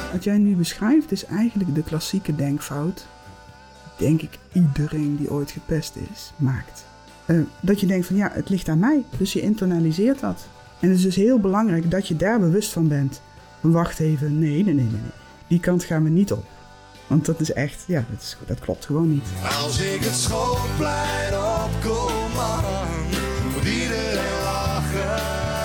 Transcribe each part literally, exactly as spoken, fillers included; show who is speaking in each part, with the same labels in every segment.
Speaker 1: Wat jij nu beschrijft is eigenlijk de klassieke denkfout. Denk ik iedereen die ooit gepest is, maakt. Uh, dat je denkt van ja, het ligt aan mij. Dus je internaliseert dat. En het is dus heel belangrijk dat je daar bewust van bent. Van wacht even, nee, nee, nee, nee. Die kant gaan we niet op. Want dat is echt, ja, dat, is, dat klopt gewoon niet.
Speaker 2: Als ik het schoolplein opkom, man, moet iedereen lachen.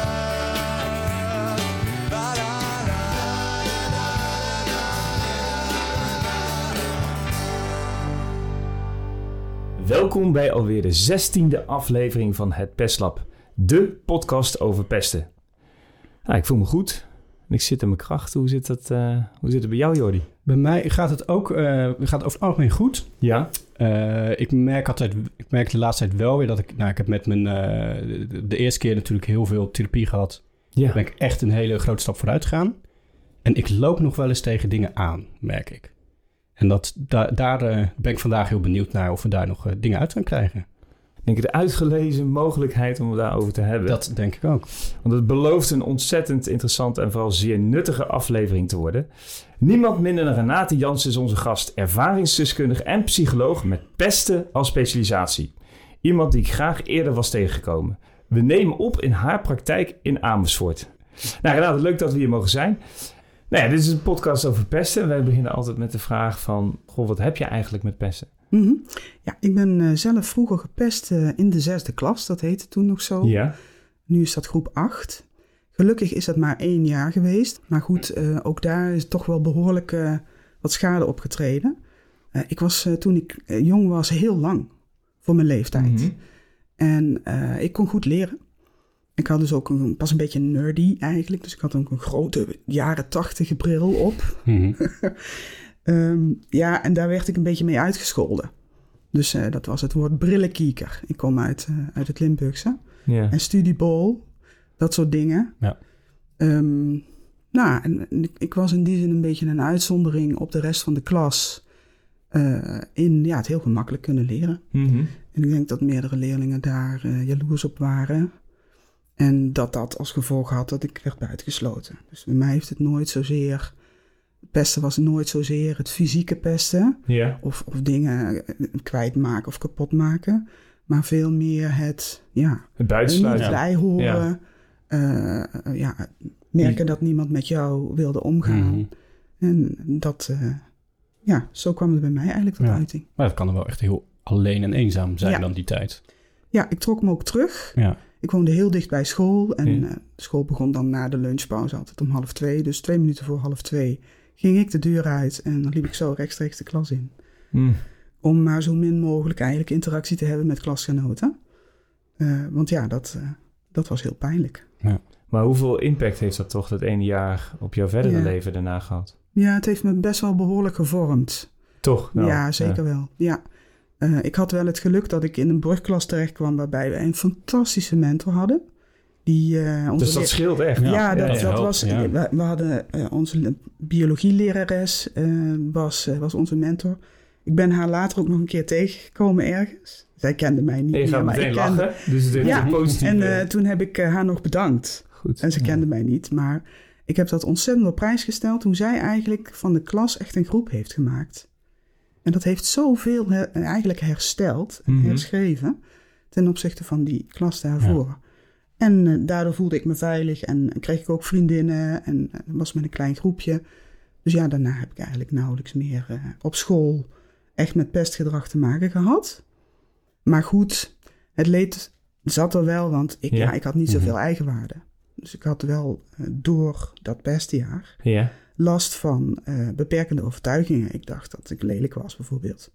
Speaker 3: Welkom bij alweer de zestiende aflevering van Het Pestlab, de podcast over pesten. Nou, ik voel me goed en ik zit in mijn kracht. Hoe zit het, uh, hoe zit het bij jou, Jordi?
Speaker 4: Bij mij gaat het ook uh, gaat over het algemeen goed.
Speaker 3: Ja.
Speaker 4: Uh, ik merk altijd, ik merk de laatste tijd wel weer dat ik, nou, ik heb met mijn, uh, de, de eerste keer natuurlijk heel veel therapie gehad. Ja. Ben ik echt een hele grote stap vooruit gegaan. En ik loop nog wel eens tegen dingen aan, merk ik. En dat, da, daar uh, ben ik vandaag heel benieuwd naar of we daar nog uh, dingen uit gaan krijgen.
Speaker 3: Denk ik de uitgelezen mogelijkheid om het daarover te hebben.
Speaker 4: Dat denk ik ook.
Speaker 3: Want het belooft een ontzettend interessante en vooral zeer nuttige aflevering te worden. Niemand minder dan Renate Jansen is onze gast, ervaringsdeskundige en psycholoog met pesten als specialisatie. Iemand die ik graag eerder was tegengekomen. We nemen op in haar praktijk in Amersfoort. Nou Renate, leuk dat we hier mogen zijn. Nou ja, dit is een podcast over pesten. Wij beginnen altijd met de vraag van, goh, wat heb je eigenlijk met pesten?
Speaker 1: Mm-hmm. Ja, ik ben uh, zelf vroeger gepest uh, in de zesde klas. Dat heette toen nog zo.
Speaker 3: Ja.
Speaker 1: Nu is dat groep acht. Gelukkig is dat maar één jaar geweest. Maar goed, uh, ook daar is toch wel behoorlijk uh, wat schade opgetreden. Uh, ik was uh, toen ik uh, jong was heel lang voor mijn leeftijd. Mm-hmm. En uh, ik kon goed leren. Ik had dus ook een, pas een beetje nerdy eigenlijk. Dus ik had ook een grote jaren tachtig bril op. Mm-hmm. um, ja, en daar werd ik een beetje mee uitgescholden. Dus uh, dat was het woord brillenkieker. Ik kom uit, uh, uit het Limburgse. Yeah. En studiebol, dat soort dingen. Ja. Um, nou, en, en ik, ik was in die zin een beetje een uitzondering op de rest van de klas. Uh, in ja, het heel gemakkelijk kunnen leren. Mm-hmm. En ik denk dat meerdere leerlingen daar uh, jaloers op waren. En dat dat als gevolg had dat ik werd buitengesloten. Dus bij mij heeft het nooit zozeer... Pesten was nooit zozeer het fysieke pesten. Yeah. Of, of dingen kwijtmaken of kapot maken. Maar veel meer het... Ja,
Speaker 3: het buitensluiten.
Speaker 1: Niet bij horen. Ja. Uh, ja, merken dat niemand met jou wilde omgaan. Mm-hmm. En dat... Uh, ja, zo kwam het bij mij eigenlijk tot ja. uiting.
Speaker 4: Maar dat kan er wel echt heel alleen en eenzaam zijn ja. dan die tijd.
Speaker 1: Ja, ik trok me ook terug.
Speaker 4: Ja.
Speaker 1: Ik woonde heel dicht bij school en ja. uh, de school begon dan na de lunchpauze altijd om half twee. Dus twee minuten voor half twee ging ik de deur uit en dan liep ik zo rechtstreeks de klas in. Mm. Om maar zo min mogelijk eigenlijk interactie te hebben met klasgenoten. Uh, want ja, dat, uh, dat was heel pijnlijk.
Speaker 3: Ja. Maar hoeveel impact heeft dat toch dat ene jaar op jouw verdere ja. leven daarna gehad?
Speaker 1: Ja, het heeft me best wel behoorlijk gevormd.
Speaker 3: Toch? Nou,
Speaker 1: ja, zeker ja. wel. Ja. Uh, ik had wel het geluk dat ik in een brugklas terecht kwam waarbij we een fantastische mentor hadden. Die, uh, onze
Speaker 3: dus dat
Speaker 1: leer...
Speaker 3: scheelt echt?
Speaker 1: Ja,
Speaker 3: ja
Speaker 1: dat,
Speaker 3: ja,
Speaker 1: dat was... Ja. We, we hadden uh, onze biologielerares uh, was, uh, was onze mentor. Ik ben haar later ook nog een keer tegengekomen ergens. Zij kende mij niet
Speaker 3: en je
Speaker 1: meer.
Speaker 3: gaat
Speaker 1: maar
Speaker 3: meteen
Speaker 1: ik
Speaker 3: lachen,
Speaker 1: kende...
Speaker 3: dus het is
Speaker 1: ja,
Speaker 3: positief.
Speaker 1: En uh, toen heb ik uh, haar nog bedankt.
Speaker 3: Goed.
Speaker 1: En ze ja. kende mij niet, maar ik heb dat ontzettend op prijs gesteld hoe zij eigenlijk van de klas echt een groep heeft gemaakt. En dat heeft zoveel her, eigenlijk hersteld en mm-hmm. herschreven ten opzichte van die klas daarvoor. Ja. En uh, daardoor voelde ik me veilig en kreeg ik ook vriendinnen en uh, was met een klein groepje. Dus ja, daarna heb ik eigenlijk nauwelijks meer uh, op school echt met pestgedrag te maken gehad. Maar goed, het leed zat er wel, want ik, ja. Ja, ik had niet zoveel mm-hmm. eigenwaarde. Dus ik had wel uh, door dat pestjaar...
Speaker 3: Ja.
Speaker 1: last van uh, beperkende overtuigingen. Ik dacht dat ik lelijk was bijvoorbeeld.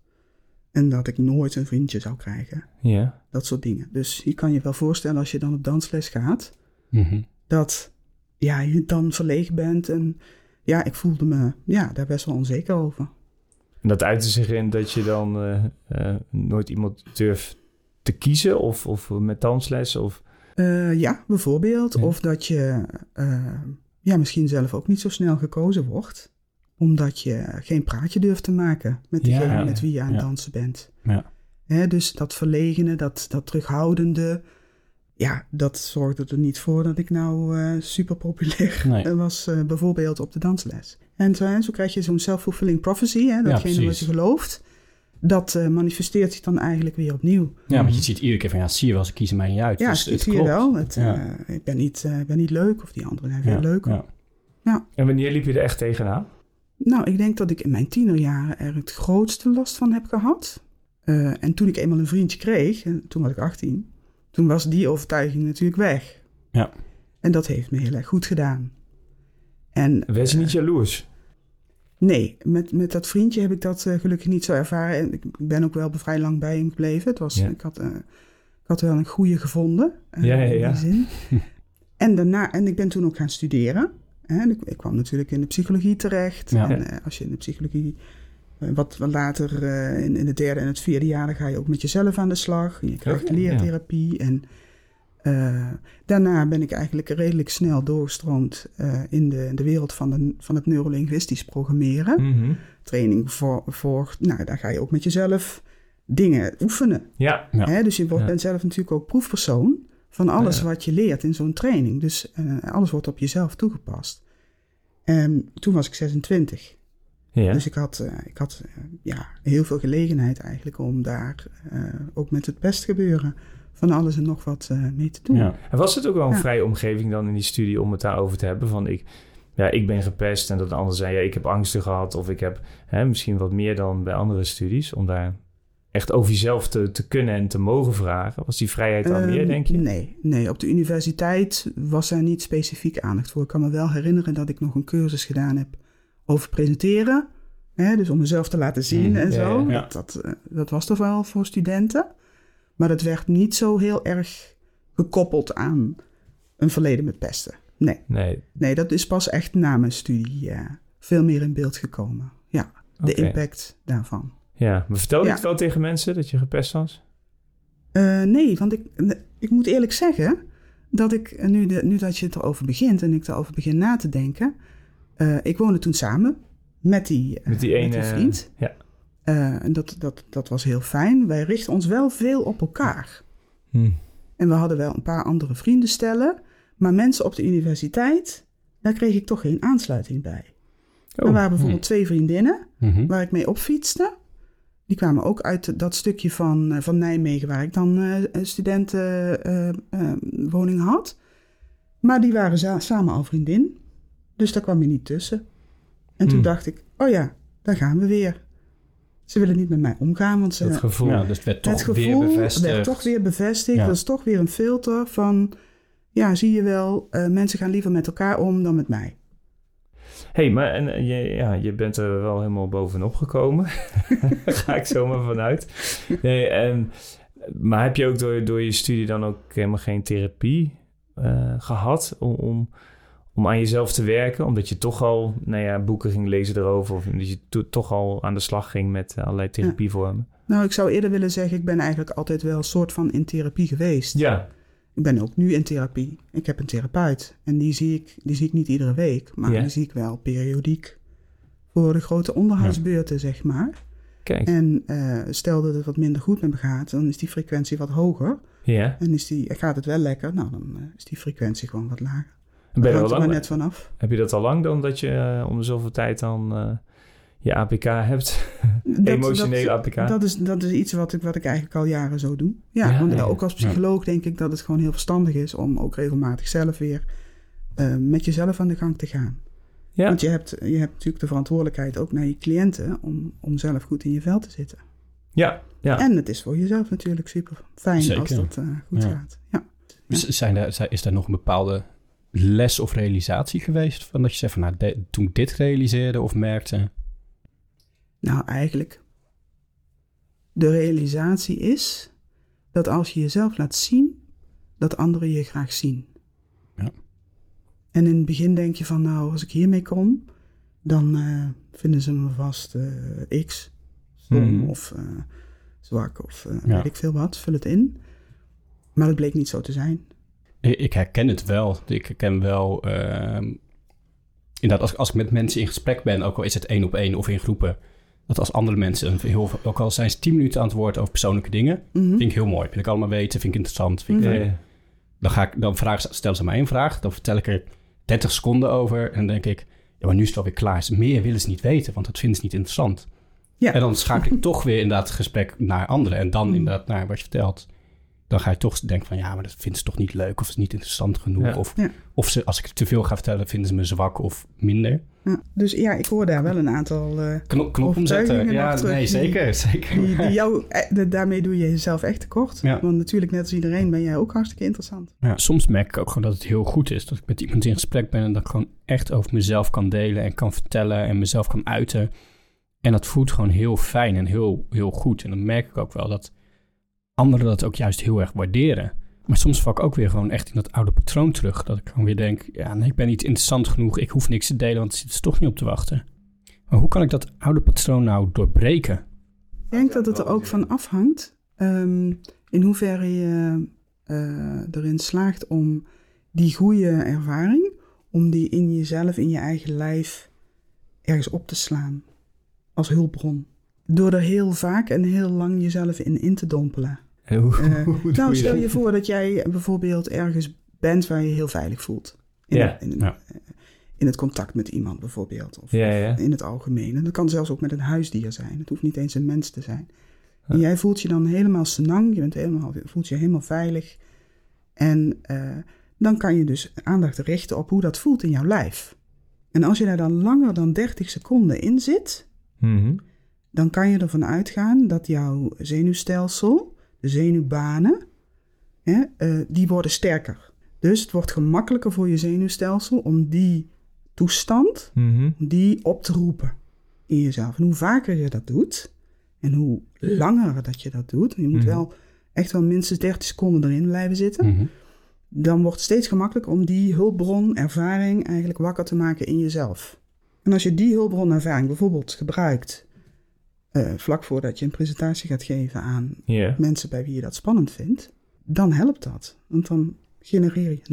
Speaker 1: En dat ik nooit een vriendje zou krijgen.
Speaker 3: Ja.
Speaker 1: Dat soort dingen. Dus je kan je wel voorstellen als je dan op dansles gaat...
Speaker 4: Mm-hmm.
Speaker 1: dat ja, je dan verlegen bent. En ja, ik voelde me ja, daar best wel onzeker over.
Speaker 3: En dat uitte zich in dat je dan uh, uh, nooit iemand durft te kiezen? Of, of met dansles? Of...
Speaker 1: Uh, ja, bijvoorbeeld. Ja. Of dat je... Uh, ja, misschien zelf ook niet zo snel gekozen wordt. Omdat je geen praatje durft te maken met degene ja, met wie je aan het ja. dansen bent.
Speaker 4: Ja.
Speaker 1: Hè, dus dat verlegene, dat, dat terughoudende. ja, dat zorgde er niet voor dat ik nou uh, super populair nee. was, uh, bijvoorbeeld op de dansles. En zo, zo krijg je zo'n self-fulfilling prophecy, hè, datgene ja, wat je gelooft. Dat uh, manifesteert zich dan eigenlijk weer opnieuw.
Speaker 4: Ja, want je ziet iedere keer van, ja, zie je wel, ze kiezen mij niet uit.
Speaker 1: Ja,
Speaker 4: dus
Speaker 1: het
Speaker 4: het
Speaker 1: zie
Speaker 4: klopt.
Speaker 1: je wel. Het,
Speaker 4: ja.
Speaker 1: uh, ik, ben niet, uh, ik ben niet leuk, of die anderen zijn veel
Speaker 4: ja,
Speaker 1: leuker.
Speaker 4: Ja.
Speaker 1: Ja.
Speaker 3: En wanneer liep je er echt tegenaan?
Speaker 1: Nou, ik denk dat ik in mijn tienerjaren er het grootste last van heb gehad. Uh, en toen ik eenmaal een vriendje kreeg, toen was ik achttien... toen was die overtuiging natuurlijk weg.
Speaker 4: Ja.
Speaker 1: En dat heeft me heel erg goed gedaan. En
Speaker 3: werd je niet jaloers?
Speaker 1: Nee, met, met dat vriendje heb ik dat uh, gelukkig niet zo ervaren. En ik ben ook wel vrij lang bij hem gebleven. Het was, ja. ik, had, uh, ik had wel een goede gevonden. Uh,
Speaker 3: ja, ja, ja.
Speaker 1: In die zin. en, daarna, en ik ben toen ook gaan studeren. En ik, ik kwam natuurlijk in de psychologie terecht.
Speaker 4: Ja.
Speaker 1: En uh, als je in de psychologie... Uh, wat, wat later uh, in, in het derde en het vierde jaar... dan ga je ook met jezelf aan de slag. Je krijgt okay, leertherapie. Ja. En uh, daarna ben ik eigenlijk redelijk snel doorgestroomd... Uh, in de, de wereld van, de, van het neurolinguistisch programmeren.
Speaker 3: Mm-hmm.
Speaker 1: Training voor, voor... Nou, daar ga je ook met jezelf dingen oefenen.
Speaker 3: Ja.
Speaker 1: Ja. Hè, dus je wordt,
Speaker 3: ja.
Speaker 1: bent zelf natuurlijk ook proefpersoon... van alles ja. wat je leert in zo'n training. Dus uh, alles wordt op jezelf toegepast. En toen was ik zesentwintig... Ja. Dus ik had, uh, ik had uh, ja, heel veel gelegenheid eigenlijk om daar uh, ook met het pestgebeuren van alles en nog wat uh, mee te doen.
Speaker 3: Ja. En was het ook wel een
Speaker 1: ja.
Speaker 3: vrije omgeving dan in die studie om het daarover te hebben? Van ik, ja, ik ben gepest en dat de ander zei, ja, ik heb angsten gehad of ik heb hè, misschien wat meer dan bij andere studies. Om daar echt over jezelf te, te kunnen en te mogen vragen. Was die vrijheid dan uh, meer, denk je?
Speaker 1: Nee, nee, op de universiteit was daar niet specifiek aandacht voor. Ik kan me wel herinneren dat ik nog een cursus gedaan heb over presenteren. Hè, dus om mezelf te laten zien mm, en zo. Ja, ja. Dat, dat, uh, dat was toch wel voor studenten. Maar dat werd niet zo heel erg gekoppeld aan een verleden met pesten. Nee.
Speaker 3: Nee,
Speaker 1: nee dat is pas echt na mijn studie uh, veel meer in beeld gekomen. Ja, de okay. impact daarvan.
Speaker 3: Ja, maar vertelde je ja. het wel tegen mensen dat je gepest was?
Speaker 1: Uh, nee, want ik, ik moet eerlijk zeggen... dat ik, nu, de, nu dat je het erover begint en ik erover begin na te denken... Uh, ik woonde toen samen met die, uh,
Speaker 3: met die, ene,
Speaker 1: met die vriend.
Speaker 3: Ja.
Speaker 1: Uh, en dat, dat, dat was heel fijn. Wij richten ons wel veel op elkaar.
Speaker 3: Hmm.
Speaker 1: En we hadden wel een paar andere vriendenstellen. Maar mensen op de universiteit, daar kreeg ik toch geen aansluiting bij. Oh. Er waren bijvoorbeeld hmm. twee vriendinnen mm-hmm. waar ik mee opfietste. Die kwamen ook uit dat stukje van, uh, van Nijmegen waar ik dan uh, een studentenwoning uh, uh, had. Maar die waren za- samen al vriendin. Dus daar kwam je niet tussen. En toen hmm. dacht ik, oh ja, daar gaan we weer. Ze willen niet met mij omgaan. Want ze,
Speaker 3: het gevoel, ja, dus het werd toch
Speaker 1: het gevoel
Speaker 3: weer bevestigd.
Speaker 1: werd toch weer bevestigd.
Speaker 3: Ja.
Speaker 1: Dat is toch weer een filter van... Ja, zie je wel, uh, mensen gaan liever met elkaar om dan met mij.
Speaker 3: Hé, hey, maar en, je, ja, je bent er wel helemaal bovenop gekomen. Ga ik zomaar vanuit. Nee, en, maar heb je ook door, door je studie dan ook helemaal geen therapie uh, gehad... om, om, om aan jezelf te werken? Omdat je toch al nou ja, boeken ging lezen erover... of dat je to, toch al aan de slag ging met uh, allerlei therapievormen?
Speaker 1: Ja. Nou, ik zou eerder willen zeggen... ik ben eigenlijk altijd wel een soort van in therapie geweest.
Speaker 3: Ja.
Speaker 1: Ik ben ook nu in therapie. Ik heb een therapeut. En die zie ik, die zie ik niet iedere week. Maar ja. die zie ik wel periodiek. Voor de grote onderhoudsbeurten, ja. zeg maar.
Speaker 3: Kijk.
Speaker 1: En uh, stel dat het wat minder goed met me gaat... dan is die frequentie wat hoger.
Speaker 3: Ja.
Speaker 1: En is die, gaat het wel lekker... nou, dan uh, is die frequentie gewoon wat lager.
Speaker 3: Ben je er al lang
Speaker 1: maar net vanaf.
Speaker 3: Heb je dat al lang dan... dat je uh, om de zoveel tijd dan... Uh, je A P K hebt?
Speaker 1: Dat,
Speaker 3: Emotionele
Speaker 1: dat,
Speaker 3: A P K?
Speaker 1: Dat is, dat is iets wat ik, wat ik eigenlijk al jaren zo doe. Ja, ja want ja, ook als psycholoog ja. denk ik dat het gewoon heel verstandig is... om ook regelmatig zelf weer uh, met jezelf aan de gang te gaan. Ja. Want je hebt, je hebt natuurlijk de verantwoordelijkheid ook naar je cliënten... om, om zelf goed in je vel te zitten.
Speaker 3: Ja, ja.
Speaker 1: En het is voor jezelf natuurlijk super fijn Zeker. als dat uh, goed ja. gaat. Ja.
Speaker 4: Ja. Zijn er, is er nog een bepaalde les of realisatie geweest? Van dat je zegt van nou, de, toen ik dit realiseerde of merkte...
Speaker 1: Nou, eigenlijk, de realisatie is dat als je jezelf laat zien, dat anderen je graag zien.
Speaker 4: Ja.
Speaker 1: En in het begin denk je van, nou, als ik hiermee kom, dan uh, vinden ze me vast uh, X, stom mm. of uh, zwak of uh, ja. weet ik veel wat, vul het in. Maar dat bleek niet zo te zijn.
Speaker 4: Ik herken het wel. Ik herken wel, uh, inderdaad, als, als ik met mensen in gesprek ben, ook al is het één op één of in groepen, dat als andere mensen, heel, ook al zijn ze tien minuten aan het woord over persoonlijke dingen, mm-hmm. vind ik heel mooi. Vind ik allemaal weten, vind ik interessant. Vind ik,
Speaker 3: mm-hmm.
Speaker 4: Dan, ga ik, dan vraag, stellen ze mij één vraag. Dan vertel ik er dertig seconden over. En dan denk ik, ja, maar nu is het alweer klaar. Meer willen ze niet weten, want dat vinden ze niet interessant. Ja. En dan schakel ik toch weer inderdaad het gesprek naar anderen. En dan inderdaad naar wat je vertelt. Dan ga je toch denken van, ja, maar dat vinden ze toch niet leuk. Of is niet interessant genoeg. Ja. Of, ja. of ze, als ik te veel ga vertellen, vinden ze me zwak of minder.
Speaker 1: Ja, dus ja, ik hoor daar wel een aantal uh,
Speaker 4: Knop, knop omzetten. Ja, terug, nee, zeker.
Speaker 1: Die,
Speaker 4: zeker.
Speaker 1: Die, die jou, de, daarmee doe je jezelf echt tekort. Ja. Want natuurlijk, net als iedereen, ben jij ook hartstikke interessant.
Speaker 4: Ja, soms merk ik ook gewoon dat het heel goed is. Dat ik met iemand in gesprek ben en dat ik gewoon echt over mezelf kan delen en kan vertellen en mezelf kan uiten. En dat voelt gewoon heel fijn en heel, heel goed. En dan merk ik ook wel dat anderen dat ook juist heel erg waarderen. Maar soms val ik ook weer gewoon echt in dat oude patroon terug. Dat ik gewoon weer denk, ja, nee, ik ben niet interessant genoeg. Ik hoef niks te delen, want er zit toch niet op te wachten. Maar hoe kan ik dat oude patroon nou doorbreken?
Speaker 1: Ik denk dat het er ook van afhangt. Um, in hoeverre je uh, erin slaagt om die goede ervaring, om die in jezelf, in je eigen lijf, ergens op te slaan. Als hulpbron. Door er heel vaak en heel lang jezelf in in te dompelen.
Speaker 3: Hoe, uh, hoe
Speaker 1: nou, stel
Speaker 3: je,
Speaker 1: je voor dat jij bijvoorbeeld ergens bent waar je heel veilig voelt. In,
Speaker 3: ja.
Speaker 1: in, in,
Speaker 4: ja.
Speaker 1: in het contact met iemand bijvoorbeeld. Of,
Speaker 3: ja, ja.
Speaker 1: of in het algemeen. En dat kan zelfs ook met een huisdier zijn. Het hoeft niet eens een mens te zijn. Ja. En jij voelt je dan helemaal senang. Je bent helemaal, voelt je helemaal veilig. En uh, dan kan je dus aandacht richten op hoe dat voelt in jouw lijf. En als je daar dan langer dan dertig seconden in zit,
Speaker 3: mm-hmm.
Speaker 1: dan kan je ervan uitgaan dat jouw zenuwstelsel, de zenuwbanen, hè, uh, die worden sterker. Dus het wordt gemakkelijker voor je zenuwstelsel om die toestand,
Speaker 3: mm-hmm.
Speaker 1: die op te roepen in jezelf. En hoe vaker je dat doet, en hoe langer dat je dat doet, je moet mm-hmm. wel echt wel minstens dertig seconden erin blijven zitten,
Speaker 4: Mm-hmm.
Speaker 1: dan wordt het steeds gemakkelijker om die hulpbron, ervaring eigenlijk wakker te maken in jezelf. En als je die hulpbron, ervaring bijvoorbeeld gebruikt, uh, vlak voordat je een presentatie gaat geven aan
Speaker 3: yeah.
Speaker 1: mensen bij wie je dat spannend vindt, dan helpt dat. Want dan genereer je een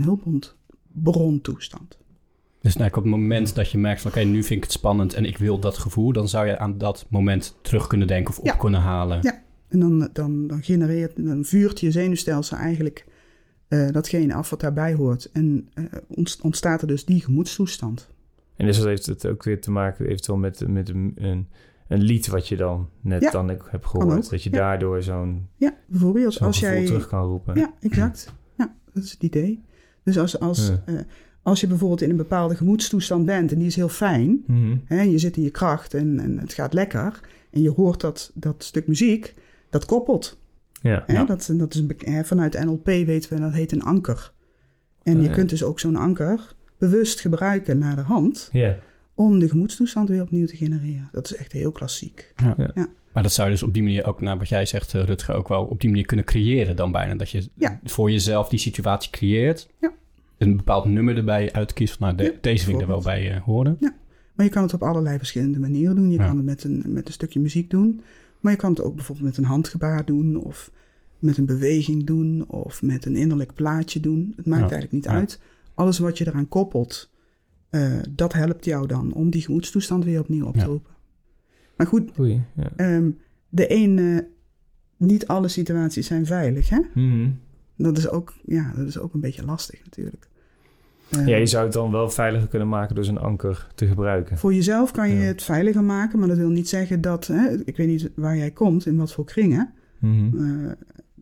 Speaker 1: hulpbrontoestand.
Speaker 4: Dus nou, op het moment dat je merkt van oké, okay, nu vind ik het spannend en ik wil dat gevoel, dan zou je aan dat moment terug kunnen denken of op
Speaker 1: ja.
Speaker 4: kunnen halen.
Speaker 1: Ja, en dan, dan, dan genereert, dan vuurt je zenuwstelsel eigenlijk uh, datgene af wat daarbij hoort. En uh, ontstaat er dus die gemoedstoestand.
Speaker 3: En dus dat heeft het ook weer te maken eventueel met, met een, een, een lied wat je dan net ja, dan hebt gehoord. Dat je ja. daardoor zo'n,
Speaker 1: ja, bijvoorbeeld
Speaker 3: zo'n
Speaker 1: als
Speaker 3: gevoel
Speaker 1: jij
Speaker 3: terug kan roepen.
Speaker 1: Ja, exact. Ja, dat is het idee. Dus als, als, ja. uh, als je bijvoorbeeld in een bepaalde gemoedstoestand bent en die is heel fijn,
Speaker 3: mm-hmm.
Speaker 1: hè, je zit in je kracht en, en het gaat lekker en je hoort dat, dat stuk muziek, dat koppelt.
Speaker 3: Ja.
Speaker 1: Hè,
Speaker 3: ja.
Speaker 1: dat, dat is een, hè, vanuit N L P weten we dat heet een anker. En
Speaker 3: oh,
Speaker 1: je
Speaker 3: ja.
Speaker 1: kunt dus ook zo'n anker bewust gebruiken naar de hand
Speaker 3: Ja.
Speaker 1: om de gemoedstoestand weer opnieuw te genereren. Dat is echt heel klassiek.
Speaker 4: Ja.
Speaker 3: Ja.
Speaker 1: Ja.
Speaker 4: Maar dat zou je dus op die manier ook, naar wat jij zegt, Rutger, ook wel op die manier kunnen creëren dan bijna. Dat je
Speaker 1: ja.
Speaker 4: voor jezelf die situatie creëert.
Speaker 1: Ja.
Speaker 4: Een bepaald nummer erbij uitkiest. Nou, de,
Speaker 1: ja,
Speaker 4: deze vind ik er wel bij uh, horen.
Speaker 1: Ja, maar je kan het op allerlei verschillende manieren doen. Je ja. kan het met een, met een stukje muziek doen. Maar je kan het ook bijvoorbeeld met een handgebaar doen. Of met een beweging doen. Of met een innerlijk plaatje doen. Het maakt ja. eigenlijk niet ja. uit. Alles wat je eraan koppelt, uh, dat helpt jou dan om die gemoedstoestand weer opnieuw op te ja. roepen. Maar goed,
Speaker 3: Oei, ja.
Speaker 1: um, de ene, niet alle situaties zijn veilig, hè?
Speaker 3: Mm-hmm.
Speaker 1: Dat is ook, ja, dat is ook een beetje lastig natuurlijk. Uh,
Speaker 3: ja, je zou het dan wel veiliger kunnen maken door zo'n anker te gebruiken.
Speaker 1: Voor jezelf kan je
Speaker 3: ja.
Speaker 1: het veiliger maken, maar dat wil niet zeggen dat, hè, ik weet niet waar jij komt, in wat voor kringen,
Speaker 3: mm-hmm.
Speaker 1: uh,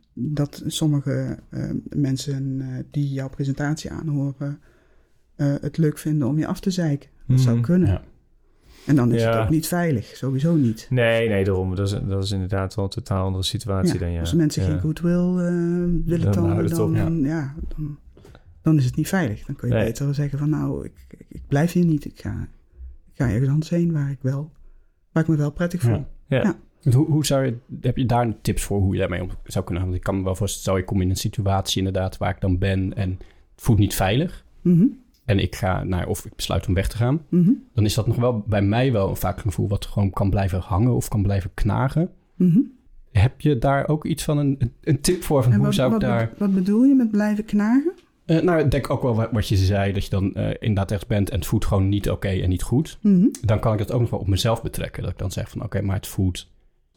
Speaker 1: dat sommige uh, mensen uh, die jouw presentatie aanhoren uh, het leuk vinden om je af te zeiken. Dat mm-hmm. zou kunnen. Ja. En dan is ja. het ook niet veilig, sowieso niet.
Speaker 3: Nee, nee, daarom. Dat is, dat is inderdaad wel een totaal andere situatie
Speaker 1: ja,
Speaker 3: dan ja.
Speaker 1: Als mensen
Speaker 3: ja.
Speaker 1: geen goodwill uh, willen tonen, dan,
Speaker 3: op, ja.
Speaker 1: ja, dan, dan is het niet veilig. Dan kun je nee. beter zeggen van nou, ik, ik, ik blijf hier niet. Ik ga, ik ga ergens anders heen waar ik, wel, waar ik me wel prettig voel.
Speaker 3: Ja. Ja.
Speaker 1: Ja.
Speaker 4: Hoe, hoe zou je, heb je daar tips voor hoe je daarmee om zou kunnen gaan? Want ik kan me wel voorstellen, zou je komen in een situatie inderdaad waar ik dan ben en het voelt niet veilig.
Speaker 1: Mm-hmm.
Speaker 4: En ik ga naar, of ik besluit om weg te gaan.
Speaker 1: Mm-hmm.
Speaker 4: Dan is dat nog wel bij mij wel een vaak een gevoel wat gewoon kan blijven hangen of kan blijven knagen.
Speaker 1: Mm-hmm.
Speaker 4: Heb je daar ook iets van een, een tip voor? Van
Speaker 1: en
Speaker 4: hoe
Speaker 1: wat,
Speaker 4: zou ik
Speaker 1: wat,
Speaker 4: daar...
Speaker 1: Wat bedoel je met blijven knagen?
Speaker 4: Uh, nou, ik denk ook wel wat, wat je zei, dat je dan uh, inderdaad echt bent en het voelt gewoon niet oké okay en niet goed.
Speaker 1: Mm-hmm.
Speaker 4: Dan kan ik dat ook nog wel op mezelf betrekken. Dat ik dan zeg van oké, okay, maar het voelt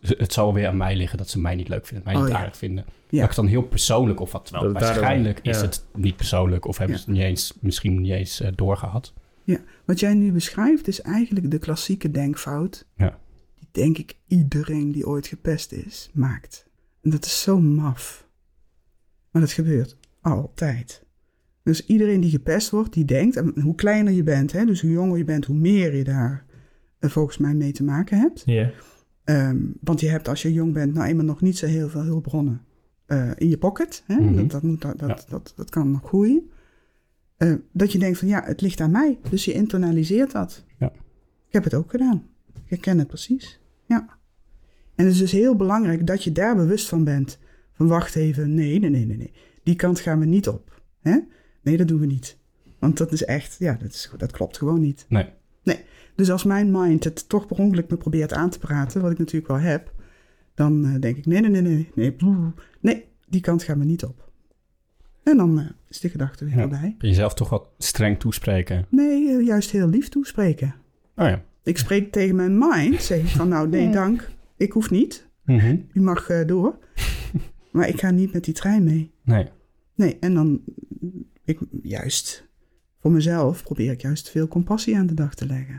Speaker 4: het zal weer aan mij liggen dat ze mij niet leuk vinden, mij
Speaker 1: Oh,
Speaker 4: niet
Speaker 1: ja.
Speaker 4: aardig vinden.
Speaker 1: Ja.
Speaker 4: Dat ik het dan heel persoonlijk opvat. Terwijl
Speaker 3: Dat het daardoor-
Speaker 4: waarschijnlijk is
Speaker 3: ja.
Speaker 4: het niet persoonlijk of hebben
Speaker 1: Ja.
Speaker 4: ze het niet eens, misschien niet eens uh, doorgehad.
Speaker 1: Ja, wat jij nu beschrijft is eigenlijk de klassieke denkfout.
Speaker 4: Ja.
Speaker 1: Die denk ik iedereen die ooit gepest is, maakt. En dat is zo maf. Maar dat gebeurt altijd. Dus iedereen die gepest wordt, die denkt, en hoe kleiner je bent, hè, dus hoe jonger je bent, hoe meer je daar uh, volgens mij mee te maken hebt.
Speaker 3: Ja.
Speaker 1: Um, want je hebt als je jong bent nou eenmaal nog niet zo heel veel hulpbronnen uh, in je pocket. Hè?
Speaker 4: Mm-hmm.
Speaker 1: Dat, dat, moet, dat,
Speaker 4: Ja.
Speaker 1: dat, dat, dat kan nog groeien. Uh, dat je denkt van ja, het ligt aan mij. Dus je internaliseert dat.
Speaker 4: Ja.
Speaker 1: Ik heb het ook gedaan. Ik herken het precies. Ja. En het is dus heel belangrijk dat je daar bewust van bent. Van wacht even, nee, nee, nee, nee, nee. Die kant gaan we niet op. Hè? Nee, dat doen we niet. Want dat is echt, ja, dat, is, dat klopt gewoon niet.
Speaker 4: Nee.
Speaker 1: Nee. Dus als mijn mind het toch per ongeluk me probeert aan te praten, wat ik natuurlijk wel heb, dan uh, denk ik, nee, nee, nee, nee, nee, nee, die kant gaan we niet op. En dan uh, is de gedachte weer
Speaker 4: Ja.
Speaker 1: voorbij.
Speaker 4: Jezelf toch wat streng toespreken.
Speaker 1: Nee, uh, juist heel lief toespreken.
Speaker 4: Oh ja.
Speaker 1: Ik spreek tegen mijn mind, zeg ik van, nou, nee, dank, ik hoef niet.
Speaker 4: Mm-hmm.
Speaker 1: U mag uh, door. Maar ik ga niet met die trein mee.
Speaker 4: Nee.
Speaker 1: Nee, en dan, ik, juist voor mezelf probeer ik juist veel compassie aan de dag te leggen.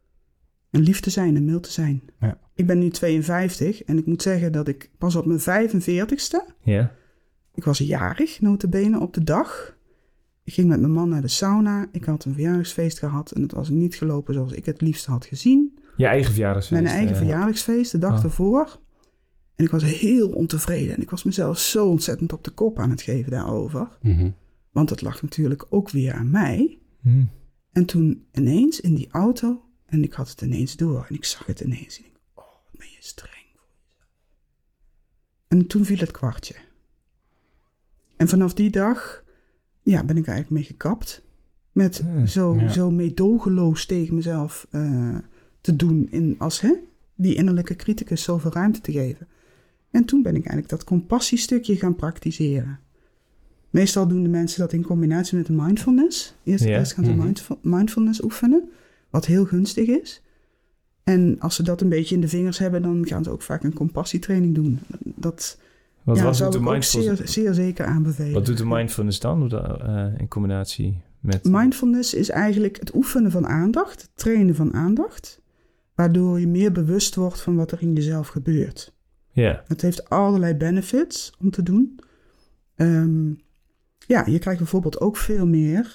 Speaker 1: En lief te zijn en mild te zijn.
Speaker 4: Ja.
Speaker 1: Ik ben nu tweeënvijftig en ik moet zeggen dat ik pas op mijn vijfenveertigste...
Speaker 3: Ja.
Speaker 1: Ik was jarig, nota bene, op de dag. Ik ging met mijn man naar de sauna. Ik had een verjaardagsfeest gehad en het was niet gelopen zoals ik het liefst had gezien.
Speaker 3: Je eigen verjaardagsfeest.
Speaker 1: Mijn eigen
Speaker 3: uh,
Speaker 1: verjaardagsfeest, de dag
Speaker 3: Oh.
Speaker 1: ervoor. En ik was heel ontevreden. En ik was mezelf zo ontzettend op de kop aan het geven daarover.
Speaker 4: Mm-hmm.
Speaker 1: Want het lag natuurlijk ook weer aan mij.
Speaker 3: Hmm.
Speaker 1: En toen ineens in die auto, en ik had het ineens door. En ik zag het ineens. En ik dacht, oh, wat ben je streng voor jezelf. En toen viel het kwartje. En vanaf die dag, ja, ben ik eigenlijk mee gekapt. Met
Speaker 3: Hmm,
Speaker 1: zo,
Speaker 4: ja.
Speaker 1: zo meedogenloos tegen mezelf uh, te doen. In, als hè, die innerlijke criticus zoveel ruimte te geven. En toen ben ik eigenlijk dat compassiestukje gaan praktiseren. Meestal doen de mensen dat in combinatie met de mindfulness. Eerst,
Speaker 3: Ja.
Speaker 1: eerst gaan ze
Speaker 4: Mhm.
Speaker 1: mindful, mindfulness oefenen, wat heel gunstig is. En als ze dat een beetje in de vingers hebben, dan gaan ze ook vaak een compassietraining doen. Dat
Speaker 3: Wat,
Speaker 1: ja,
Speaker 3: wat,
Speaker 1: zou
Speaker 3: doet
Speaker 1: ik
Speaker 3: de
Speaker 1: ook zeer,
Speaker 3: mindfulness,
Speaker 1: zeer zeker aanbevelen.
Speaker 3: wat doet de mindfulness dan Hoe dat, uh, in combinatie met...
Speaker 1: Mindfulness is eigenlijk het oefenen van aandacht, het trainen van aandacht, waardoor je meer bewust wordt van wat er in jezelf gebeurt.
Speaker 3: Ja.
Speaker 1: Het heeft allerlei benefits om te doen. Um, ja, je krijgt bijvoorbeeld ook veel meer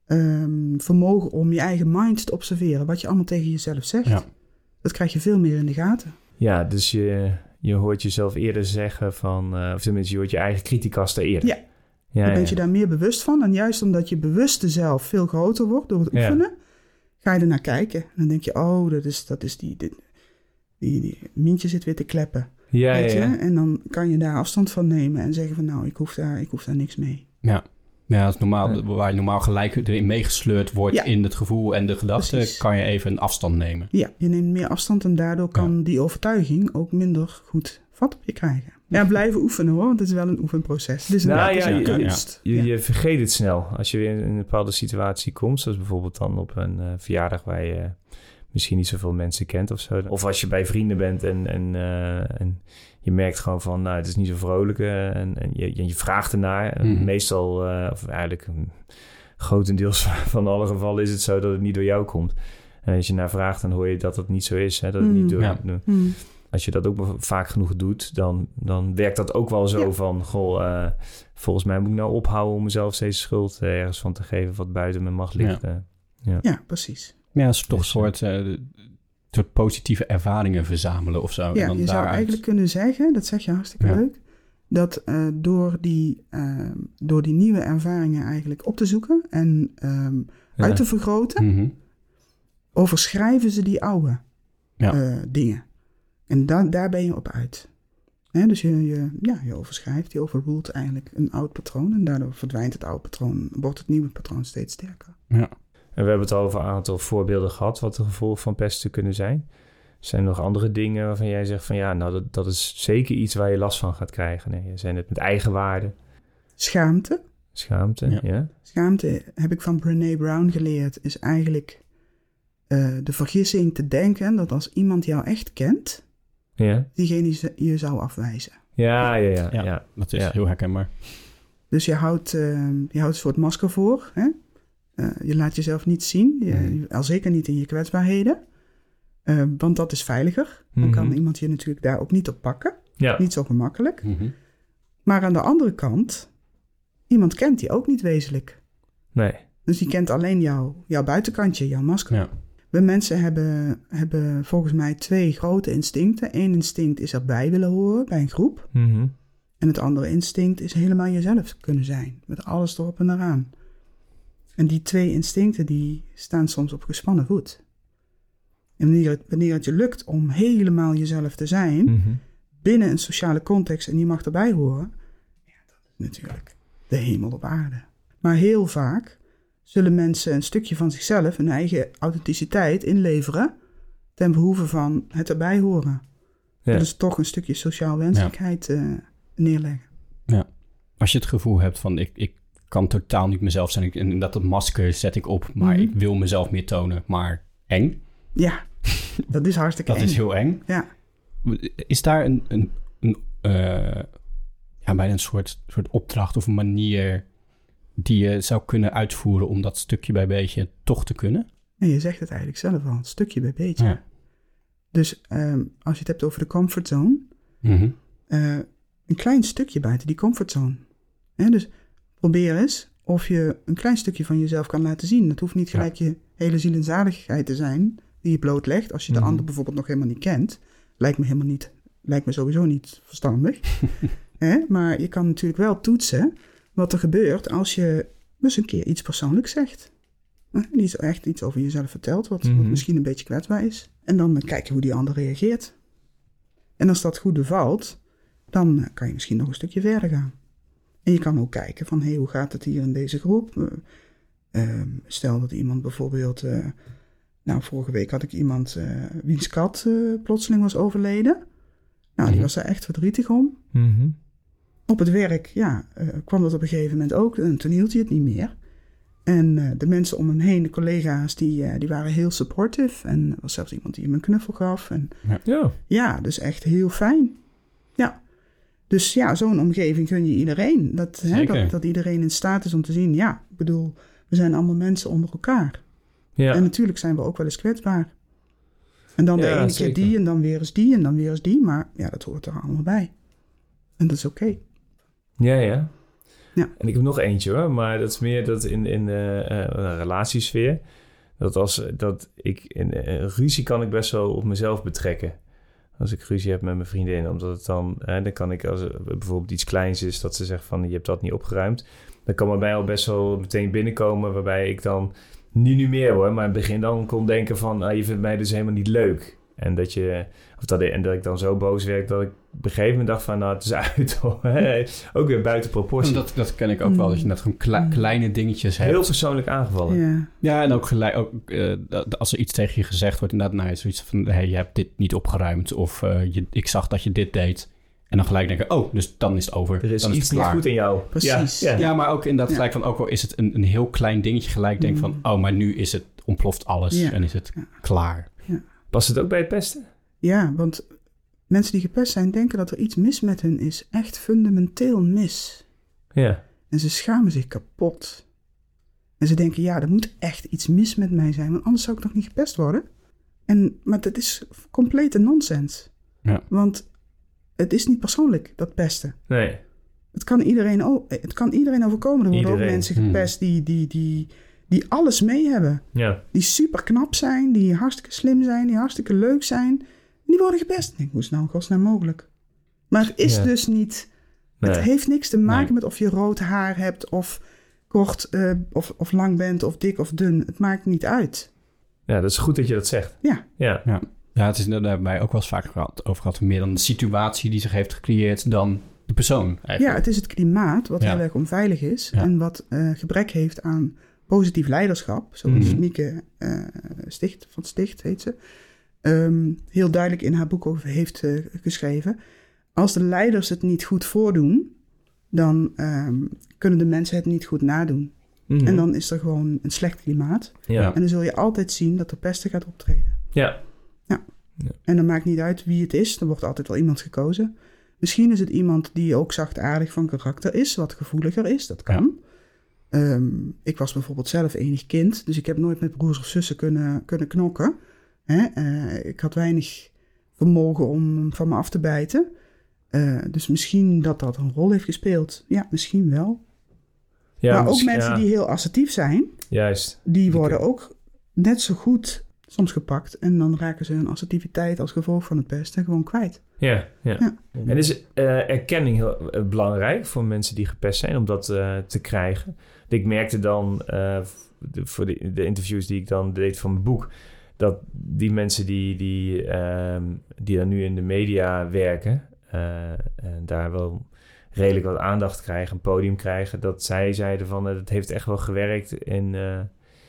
Speaker 1: um, vermogen om je eigen mind te observeren. Wat je allemaal tegen jezelf zegt.
Speaker 4: Ja.
Speaker 1: Dat krijg je veel meer in de gaten.
Speaker 3: Ja, dus je, je hoort jezelf eerder zeggen van... Uh, of tenminste, je hoort je eigen criticaster eerder.
Speaker 1: Ja.
Speaker 3: Ja,
Speaker 1: Dan ben
Speaker 3: ja.
Speaker 1: je daar meer bewust van. En juist omdat je bewuste zelf veel groter wordt door het
Speaker 3: Ja.
Speaker 1: oefenen, ga je ernaar kijken. En dan denk je, oh, dat is, dat is die, die, die, die... Mientje zit weer te kleppen.
Speaker 3: Ja,
Speaker 1: Weet
Speaker 3: ja,
Speaker 1: je?
Speaker 3: ja.
Speaker 1: En dan kan je daar afstand van nemen en zeggen van nou, ik hoef daar, ik hoef daar niks mee.
Speaker 4: Ja. Ja, dat is normaal,
Speaker 3: Ja.
Speaker 4: waar je normaal gelijk erin meegesleurd wordt
Speaker 1: Ja.
Speaker 4: in het gevoel en de gedachten,
Speaker 1: Precies.
Speaker 4: kan je even een afstand nemen.
Speaker 1: Ja, je neemt meer afstand en daardoor kan die overtuiging ook minder goed vat op je krijgen. Ja, blijven oefenen hoor, want het is wel een oefenproces. Het is een,
Speaker 3: Nou,
Speaker 1: het is
Speaker 3: ja,
Speaker 1: een
Speaker 3: je-
Speaker 1: kunst.
Speaker 3: Je,
Speaker 1: Ja.
Speaker 3: je vergeet het snel. Als je weer in een bepaalde situatie komt, zoals bijvoorbeeld dan op een uh, verjaardag waar je misschien niet zoveel mensen kent of zo. Of als je bij vrienden bent en, en, uh, en je merkt gewoon van, nou, het is niet zo vrolijk uh, en, en je, je vraagt ernaar.
Speaker 4: Mhm.
Speaker 3: Meestal, uh, of eigenlijk um, grotendeels van alle gevallen is het zo dat het niet door jou komt. En als je naar vraagt, dan hoor je dat het niet zo is. Hè? Dat het
Speaker 1: Mhm.
Speaker 3: niet door,
Speaker 4: Ja.
Speaker 3: door-
Speaker 1: Hmm.
Speaker 3: Als je dat ook maar vaak genoeg doet, dan, dan werkt dat ook wel zo
Speaker 1: Ja.
Speaker 3: van... Goh, uh, volgens mij moet ik nou ophouden om mezelf steeds schuld uh, ergens van te geven... wat buiten mijn macht ligt.
Speaker 4: Ja.
Speaker 3: Uh, ja.
Speaker 1: Ja, precies.
Speaker 4: Ja, dat is toch een
Speaker 3: Dus,
Speaker 4: soort, uh, soort positieve ervaringen verzamelen of zo.
Speaker 1: Ja,
Speaker 4: en dan
Speaker 1: je zou
Speaker 4: daaruit...
Speaker 1: eigenlijk kunnen zeggen, dat zeg je hartstikke
Speaker 4: Ja.
Speaker 1: leuk, dat uh, door, die, uh, door die nieuwe ervaringen eigenlijk op te zoeken en um,
Speaker 3: Ja.
Speaker 1: uit te vergroten,
Speaker 4: Mhm.
Speaker 1: overschrijven ze die oude
Speaker 4: Ja.
Speaker 1: uh, dingen. En da- daar ben je op uit. Hè, dus je, je, ja, je overschrijft, je overruled eigenlijk een oud patroon. En daardoor verdwijnt het oude patroon, wordt het nieuwe patroon steeds sterker.
Speaker 4: Ja.
Speaker 3: En we hebben het al over een aantal voorbeelden gehad... wat de gevolgen van pesten kunnen zijn. Zijn er nog andere dingen waarvan jij zegt van... ja, nou, dat, dat is zeker iets waar je last van gaat krijgen? Nee, zijn het met eigenwaarde,
Speaker 1: Schaamte.
Speaker 3: schaamte?
Speaker 4: Ja.
Speaker 3: Ja.
Speaker 1: Schaamte, heb ik van Brené Brown geleerd, is eigenlijk uh, de vergissing te denken dat als iemand jou echt kent...
Speaker 3: Ja.
Speaker 1: diegene je zou afwijzen.
Speaker 3: Ja, ja, ja.
Speaker 4: Ja,
Speaker 3: ja.
Speaker 4: dat is
Speaker 3: Ja.
Speaker 4: heel herkenbaar.
Speaker 1: Dus je houdt, uh, je houdt een soort masker voor. Hè? Uh, je laat jezelf niet zien. Je,
Speaker 4: Mm.
Speaker 1: Al zeker niet in je kwetsbaarheden. Uh, want dat is veiliger. Dan
Speaker 3: Mhm.
Speaker 1: kan iemand je natuurlijk daar ook niet op pakken.
Speaker 3: Ja.
Speaker 1: Niet zo gemakkelijk.
Speaker 4: Mm-hmm.
Speaker 1: Maar aan de andere kant, iemand kent die ook niet wezenlijk.
Speaker 3: Nee.
Speaker 1: Dus die kent alleen jou, jouw buitenkantje, jouw masker.
Speaker 4: Ja.
Speaker 1: We mensen hebben, hebben volgens mij twee grote instincten. Eén instinct is erbij willen horen bij een groep.
Speaker 3: Mm-hmm.
Speaker 1: En het andere instinct is helemaal jezelf kunnen zijn. Met alles erop en eraan. En die twee instincten die staan soms op gespannen voet. En wanneer het, wanneer het je lukt om helemaal jezelf te zijn...
Speaker 3: Mm-hmm.
Speaker 1: binnen een sociale context en je mag erbij horen... ja, dat is natuurlijk de hemel op aarde. Maar heel vaak zullen mensen een stukje van zichzelf... hun eigen authenticiteit inleveren... ten behoeve van het erbij horen.
Speaker 3: Ja.
Speaker 1: Dat is toch een stukje sociaal wenselijkheid ja. uh, neerleggen.
Speaker 4: Ja. Als je het gevoel hebt van... ik, ik kan totaal niet mezelf zijn... en dat het masker zet ik op... maar
Speaker 1: Mm-hmm.
Speaker 4: ik wil mezelf meer tonen, maar eng.
Speaker 1: Ja, dat is hartstikke
Speaker 4: dat
Speaker 1: eng.
Speaker 4: is heel eng.
Speaker 1: Ja.
Speaker 4: Is daar een, een, een uh, ja, bijna een soort, soort opdracht of een manier die je zou kunnen uitvoeren om dat stukje bij beetje toch te kunnen?
Speaker 1: Nee, je zegt het eigenlijk zelf al, stukje bij beetje.
Speaker 4: Ja.
Speaker 1: Dus um, als je het hebt over de comfortzone,
Speaker 4: mm-hmm.
Speaker 1: uh, een klein stukje buiten die comfortzone. Hè, dus probeer eens of je een klein stukje van jezelf kan laten zien. Dat hoeft niet gelijk ja. je hele ziel en zaligheid te zijn die je blootlegt als je mm-hmm. de ander bijvoorbeeld nog helemaal niet kent. Lijkt me helemaal niet, lijkt me sowieso niet verstandig. Hè? Maar je kan natuurlijk wel toetsen wat er gebeurt als je eens een keer iets persoonlijks zegt. Hè? Niet echt iets over jezelf vertelt, wat, mm-hmm. wat misschien een beetje kwetsbaar is. En dan kijk je hoe die ander reageert. En als dat goed bevalt, dan kan je misschien nog een stukje verder gaan. En je kan ook kijken van, hé, hey, hoe gaat het hier in deze groep? Uh, uh, stel dat iemand bijvoorbeeld... Uh, Nou, vorige week had ik iemand uh, wiens kat uh, plotseling was overleden. Nou, mm-hmm. die was er echt verdrietig om.
Speaker 3: Mm-hmm.
Speaker 1: Op het werk, ja, uh, kwam dat op een gegeven moment ook. En toen hield hij het niet meer. En uh, de mensen om hem heen, de collega's, die, uh, die waren heel supportive. En er was zelfs iemand die hem een knuffel gaf. En,
Speaker 3: ja. Ja.
Speaker 1: ja, dus echt heel fijn. Ja. Dus ja, zo'n omgeving gun je iedereen. Dat, hè, dat, dat iedereen in staat is om te zien, ja, ik bedoel, we zijn allemaal mensen onder elkaar. Ja. En natuurlijk zijn we ook wel eens kwetsbaar. En dan ja, de ene zeker. keer die en dan weer eens die en dan weer eens die. Maar ja, dat hoort er allemaal bij. En dat is oké. Okay.
Speaker 3: Ja, ja.
Speaker 1: Ja.
Speaker 3: En ik heb nog eentje hoor. Maar dat is meer dat in, in uh, uh, een relatiesfeer. Dat als dat ik in uh, ruzie kan ik best wel op mezelf betrekken. Als ik ruzie heb met mijn vriendin. Omdat het dan, hè, dan kan ik als er bijvoorbeeld iets kleins is. Dat ze zegt van je hebt dat niet opgeruimd. Dan kan bij mij al best wel meteen binnenkomen. Waarbij ik dan... Nu niet meer hoor, maar in het begin dan kon denken van... Ah, je vindt mij dus helemaal niet leuk. En dat, je, of dat, en dat ik dan zo boos werd dat ik op een gegeven moment dacht van... Nou, het is uit hoor. Ook weer buiten proportie.
Speaker 4: Dat, dat ken ik ook wel, dat je net gewoon kle- kleine dingetjes hebt.
Speaker 3: Heel persoonlijk aangevallen.
Speaker 1: Ja,
Speaker 4: ja en ook, gelijk, ook uh, als er iets tegen je gezegd wordt... inderdaad, nou, zoiets van... Hey, je hebt dit niet opgeruimd. Of uh, je, ik zag dat je dit deed... En dan gelijk denken, oh, dus dan is het over.
Speaker 3: Er is
Speaker 4: dan
Speaker 3: iets
Speaker 4: is het
Speaker 3: niet
Speaker 4: klaar.
Speaker 3: goed in jou.
Speaker 1: Precies.
Speaker 4: Ja, ja. ja maar ook inderdaad ja. gelijk van... ook al is het een, een heel klein dingetje... gelijk denk van, oh, maar nu is het ontploft alles... Ja. en is het ja. klaar.
Speaker 1: Ja.
Speaker 3: Past het ook bij het pesten?
Speaker 1: Ja, want mensen die gepest zijn... denken dat er iets mis met hun is. Echt fundamenteel mis.
Speaker 3: Ja.
Speaker 1: En ze schamen zich kapot. En ze denken, ja, er moet echt iets mis met mij zijn... want anders zou ik nog niet gepest worden. En, maar dat is complete nonsens.
Speaker 4: Ja.
Speaker 1: Want... Het is niet persoonlijk, dat pesten.
Speaker 3: Nee.
Speaker 1: Het kan iedereen, het kan iedereen overkomen. Er worden iedereen. ook mensen gepest die, die, die, die alles mee hebben.
Speaker 3: Ja.
Speaker 1: Die super knap zijn, die hartstikke slim zijn, die hartstikke leuk zijn. En die worden gepest. Ik denk, hoe is nou godsnaam mogelijk? Maar het is ja. dus niet... Nee. Het heeft niks te maken nee. met of je rood haar hebt... of kort uh, of, of lang bent of dik of dun. Het maakt niet uit.
Speaker 3: Ja, dat is goed dat je dat zegt.
Speaker 1: Ja.
Speaker 3: Ja,
Speaker 4: ja. Ja, het is daar hebben wij ook wel eens vaak gehad, over gehad. Meer dan de situatie die zich heeft gecreëerd dan de persoon eigenlijk.
Speaker 1: Ja, het is het klimaat wat
Speaker 4: ja.
Speaker 1: heel erg onveilig is.
Speaker 4: Ja.
Speaker 1: En wat uh, gebrek heeft aan positief leiderschap. Zoals mm-hmm. Mieke uh, Sticht, van Sticht heet ze. Um, heel duidelijk in haar boek over heeft uh, geschreven. Als de leiders het niet goed voordoen, dan um, kunnen de mensen het niet goed nadoen. Mm-hmm. En dan is er gewoon een slecht klimaat.
Speaker 3: Ja.
Speaker 1: En dan zul je altijd zien dat er pesten gaat optreden.
Speaker 3: Ja.
Speaker 1: Ja.
Speaker 3: Ja.
Speaker 1: En dan maakt niet uit wie het is. Er wordt altijd wel iemand gekozen. Misschien is het iemand die ook zachtaardig van karakter is. Wat gevoeliger is. Dat kan. Ja. Um, ik was bijvoorbeeld zelf enig kind. Dus ik heb nooit met broers of zussen kunnen, kunnen knokken. Hè? Uh, ik had weinig vermogen om van me af te bijten. Uh, dus misschien dat dat een rol heeft gespeeld. Ja, misschien wel. Ja, maar ook mensen ja. die heel assertief zijn.
Speaker 3: Juist.
Speaker 1: Die worden ook net zo goed soms gepakt. En dan raken ze hun assertiviteit als gevolg van het pesten gewoon kwijt.
Speaker 3: Ja, ja. ja. En is uh, erkenning heel uh, belangrijk voor mensen die gepest zijn om dat uh, te krijgen? Ik merkte dan uh, de, voor de, de interviews die ik dan deed van mijn boek, dat die mensen die, die, uh, die dan nu in de media werken, uh, en daar wel redelijk wat aandacht krijgen, een podium krijgen, dat zij zeiden van uh, het heeft echt wel gewerkt in, uh,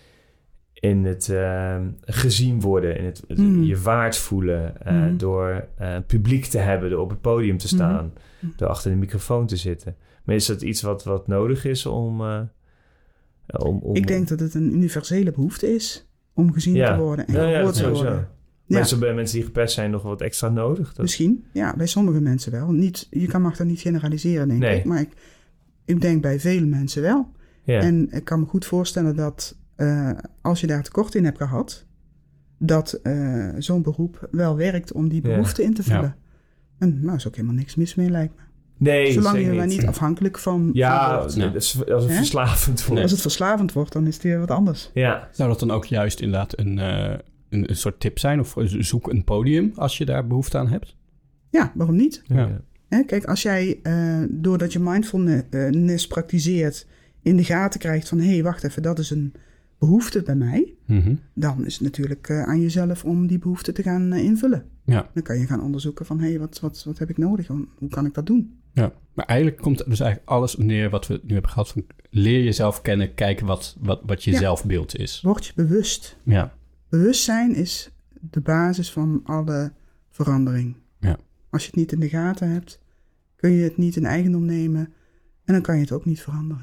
Speaker 3: in het uh, gezien worden, in het, mm. je waard voelen, uh, mm. door uh, publiek te hebben, door op het podium te staan, mm. door achter de microfoon te zitten. Maar is dat iets wat, wat nodig is om, uh, om, om...
Speaker 1: Ik denk dat het een universele behoefte is om gezien
Speaker 3: ja.
Speaker 1: te worden en
Speaker 3: ja,
Speaker 1: gehoord
Speaker 3: ja,
Speaker 1: te worden.
Speaker 3: Maar
Speaker 1: Ja.
Speaker 3: is er bij mensen die gepest zijn nog wat extra nodig? Dat...
Speaker 1: Misschien, ja, bij sommige mensen wel. Niet, je kan, mag dat niet generaliseren, denk
Speaker 3: nee.
Speaker 1: ik. Maar ik, ik denk bij vele mensen wel.
Speaker 3: Ja.
Speaker 1: En ik kan me goed voorstellen dat uh, als je daar tekort in hebt gehad, dat uh, zo'n beroep wel werkt om die behoefte ja. in te vullen. Ja. En nou is ook helemaal niks mis mee, lijkt me.
Speaker 3: Nee,
Speaker 1: Zolang je
Speaker 3: niet.
Speaker 1: maar niet afhankelijk van...
Speaker 3: Ja,
Speaker 1: van wordt.
Speaker 3: nee, als het He? verslavend wordt.
Speaker 1: Nee. Als het verslavend wordt, dan is het weer wat anders.
Speaker 3: Ja.
Speaker 4: Zou dat dan ook juist inderdaad een... Uh... Een, een soort tip zijn? Of zoek een podium als je daar behoefte aan hebt?
Speaker 1: Ja, waarom niet?
Speaker 3: Ja.
Speaker 1: Hè, kijk, als jij uh, doordat je mindfulness praktiseert in de gaten krijgt van... hé, hey, wacht even, dat is een behoefte bij mij.
Speaker 4: Mm-hmm.
Speaker 1: Dan is het natuurlijk uh, aan jezelf om die behoefte te gaan uh, invullen.
Speaker 4: Ja.
Speaker 1: Dan kan je gaan onderzoeken van... hé, hey, wat, wat, wat heb ik nodig? Hoe kan ik dat doen?
Speaker 4: Ja, maar eigenlijk komt dus eigenlijk alles neer wat we nu hebben gehad. Van leer jezelf kennen, kijken wat, wat, wat je ja. zelfbeeld is.
Speaker 1: Word je bewust.
Speaker 4: Ja.
Speaker 1: Bewustzijn is de basis van alle verandering.
Speaker 4: Ja.
Speaker 1: Als je het niet in de gaten hebt, kun je het niet in eigendom nemen en dan kan je het ook niet veranderen.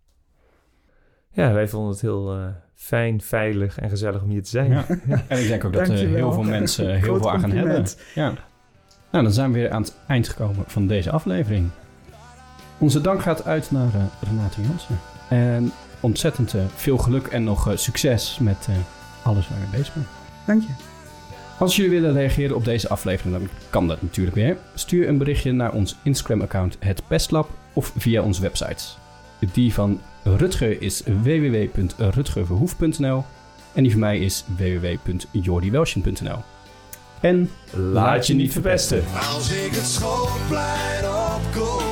Speaker 3: Ja, wij vonden het heel uh, fijn, veilig en gezellig om hier te zijn.
Speaker 4: Ja. En ik denk ook dat uh, heel veel mensen heel veel aan gaan hebben. Ja. Nou, dan zijn we weer aan het eind gekomen van deze aflevering. Onze dank gaat uit naar uh, Renate Jansen. En ontzettend uh, veel geluk en nog uh, succes met... Uh, alles waar je bezig bent.
Speaker 1: Dank je.
Speaker 4: Als jullie willen reageren op deze aflevering, dan kan dat natuurlijk weer. Stuur een berichtje naar ons Instagram-account Het Pestlab of via onze websites. Die van Rutger is w w w punt rutgerverhoef punt n l en die van mij is w w w punt jordiwelsjen punt n l. En
Speaker 3: laat je niet verpesten.
Speaker 2: Als ik het schoolplein opkom.